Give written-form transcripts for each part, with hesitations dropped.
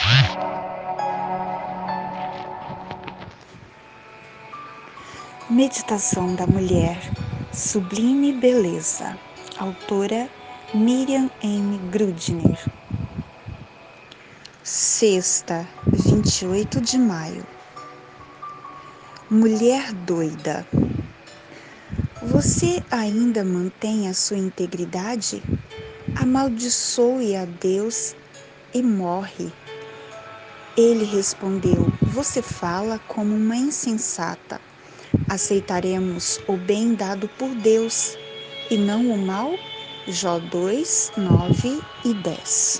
Meditação da Mulher, Sublime Beleza. Autora Miriam M. Grudner. Sexta, 28 de maio. Mulher doida. Você ainda mantém a sua integridade? Amaldiçoe a Deus e morre. Ele respondeu: Você fala como uma insensata. Aceitaremos o bem dado por Deus e não o mal? Jó 2, 9 e 10.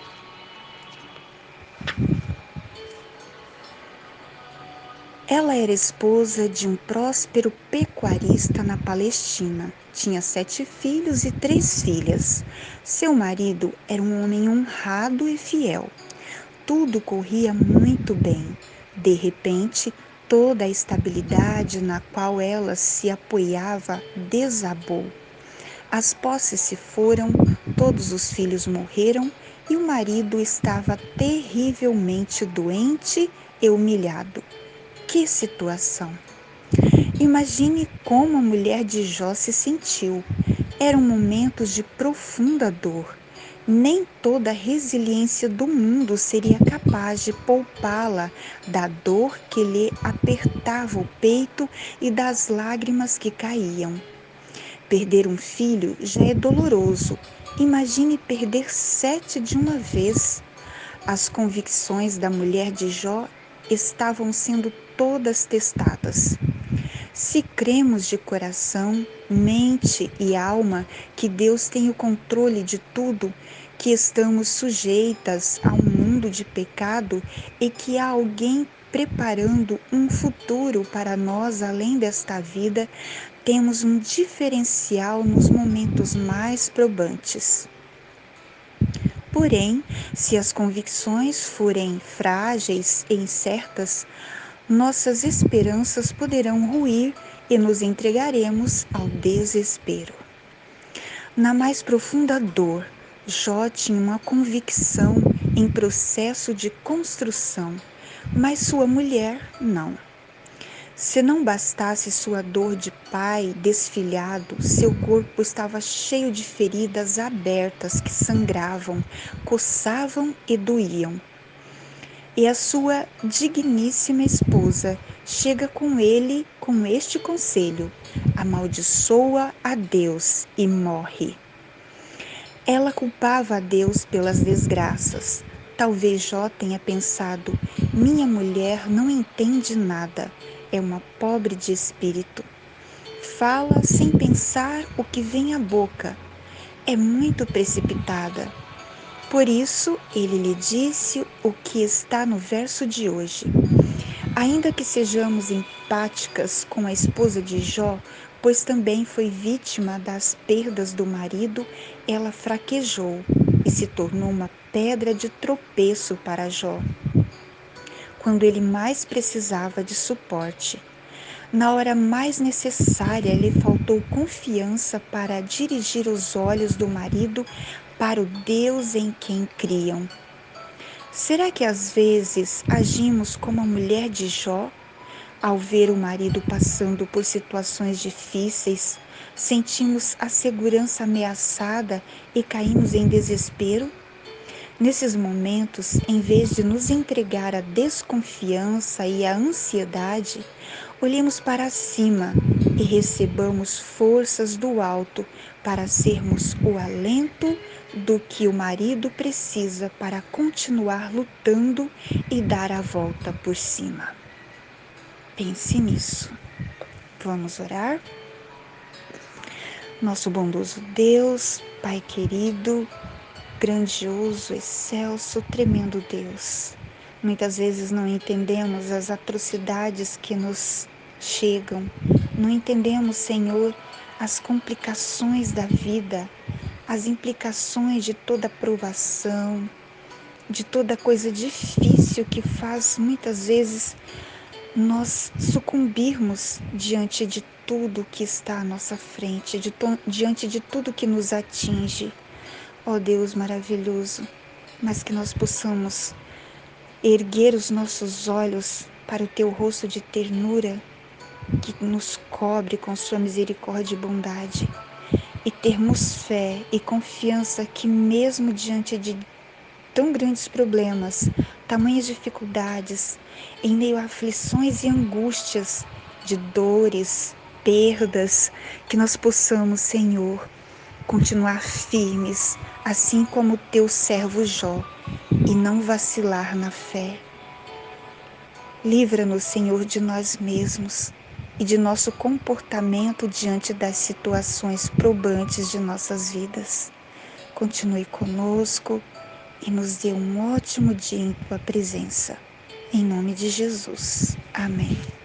Ela era esposa de um próspero pecuarista na Palestina. Tinha 7 filhos e 3 filhas. Seu marido era um homem honrado e fiel. Tudo corria muito bem. De repente, toda a estabilidade na qual ela se apoiava desabou. As posses se foram, todos os filhos morreram e o marido estava terrivelmente doente e humilhado. Que situação! Imagine como a mulher de Jó se sentiu. Eram momentos de profunda dor. Nem toda a resiliência do mundo seria capaz de poupá-la da dor que lhe apertava o peito e das lágrimas que caíam. Perder um filho já é doloroso. Imagine perder 7 de uma vez. As convicções da mulher de Jó estavam sendo todas testadas. Se cremos de coração, mente e alma que Deus tem o controle de tudo, que estamos sujeitas a um mundo de pecado e que há alguém preparando um futuro para nós além desta vida, temos um diferencial nos momentos mais probantes. Porém, se as convicções forem frágeis e incertas, nossas esperanças poderão ruir e nos entregaremos ao desespero. Na mais profunda dor, Jó tinha uma convicção em processo de construção, mas sua mulher não. Se não bastasse sua dor de pai desfilhado, seu corpo estava cheio de feridas abertas que sangravam, coçavam e doíam. E a sua digníssima esposa chega com ele com este conselho: amaldiçoa a Deus e morre. Ela culpava a Deus pelas desgraças. Talvez Jó tenha pensado: minha mulher não entende nada, é uma pobre de espírito. Fala sem pensar o que vem à boca. É muito precipitada. Por isso, ele lhe disse o que está no verso de hoje. Ainda que sejamos empáticas com a esposa de Jó, pois também foi vítima das perdas do marido, ela fraquejou e se tornou uma pedra de tropeço para Jó, quando ele mais precisava de suporte. Na hora mais necessária, lhe faltou confiança para dirigir os olhos do marido para o Deus em quem criam. Será que às vezes agimos como a mulher de Jó? Ao ver o marido passando por situações difíceis, sentimos a segurança ameaçada e caímos em desespero? Nesses momentos, em vez de nos entregar à desconfiança e à ansiedade, olhemos para cima e recebamos forças do alto para sermos o alento do que o marido precisa para continuar lutando e dar a volta por cima. Pense nisso. Vamos orar? Nosso bondoso Deus, Pai querido, grandioso, excelso, tremendo Deus. Muitas vezes não entendemos as atrocidades que nos chegam, não entendemos, Senhor, as complicações da vida, as implicações de toda provação, de toda coisa difícil que faz muitas vezes nós sucumbirmos diante de tudo que está à nossa frente, diante de tudo que nos atinge. Ó Deus maravilhoso, mas que nós possamos erguer os nossos olhos para o teu rosto de ternura, que nos cobre com sua misericórdia e bondade, e termos fé e confiança que, mesmo diante de tão grandes problemas, tamanhas dificuldades, em meio a aflições e angústias, de dores, perdas, que nós possamos, Senhor, continuar firmes, assim como o teu servo Jó, e não vacilar na fé. Livra-nos, Senhor, de nós mesmos e de nosso comportamento diante das situações probantes de nossas vidas. Continue conosco e nos dê um ótimo dia em tua presença. Em nome de Jesus. Amém.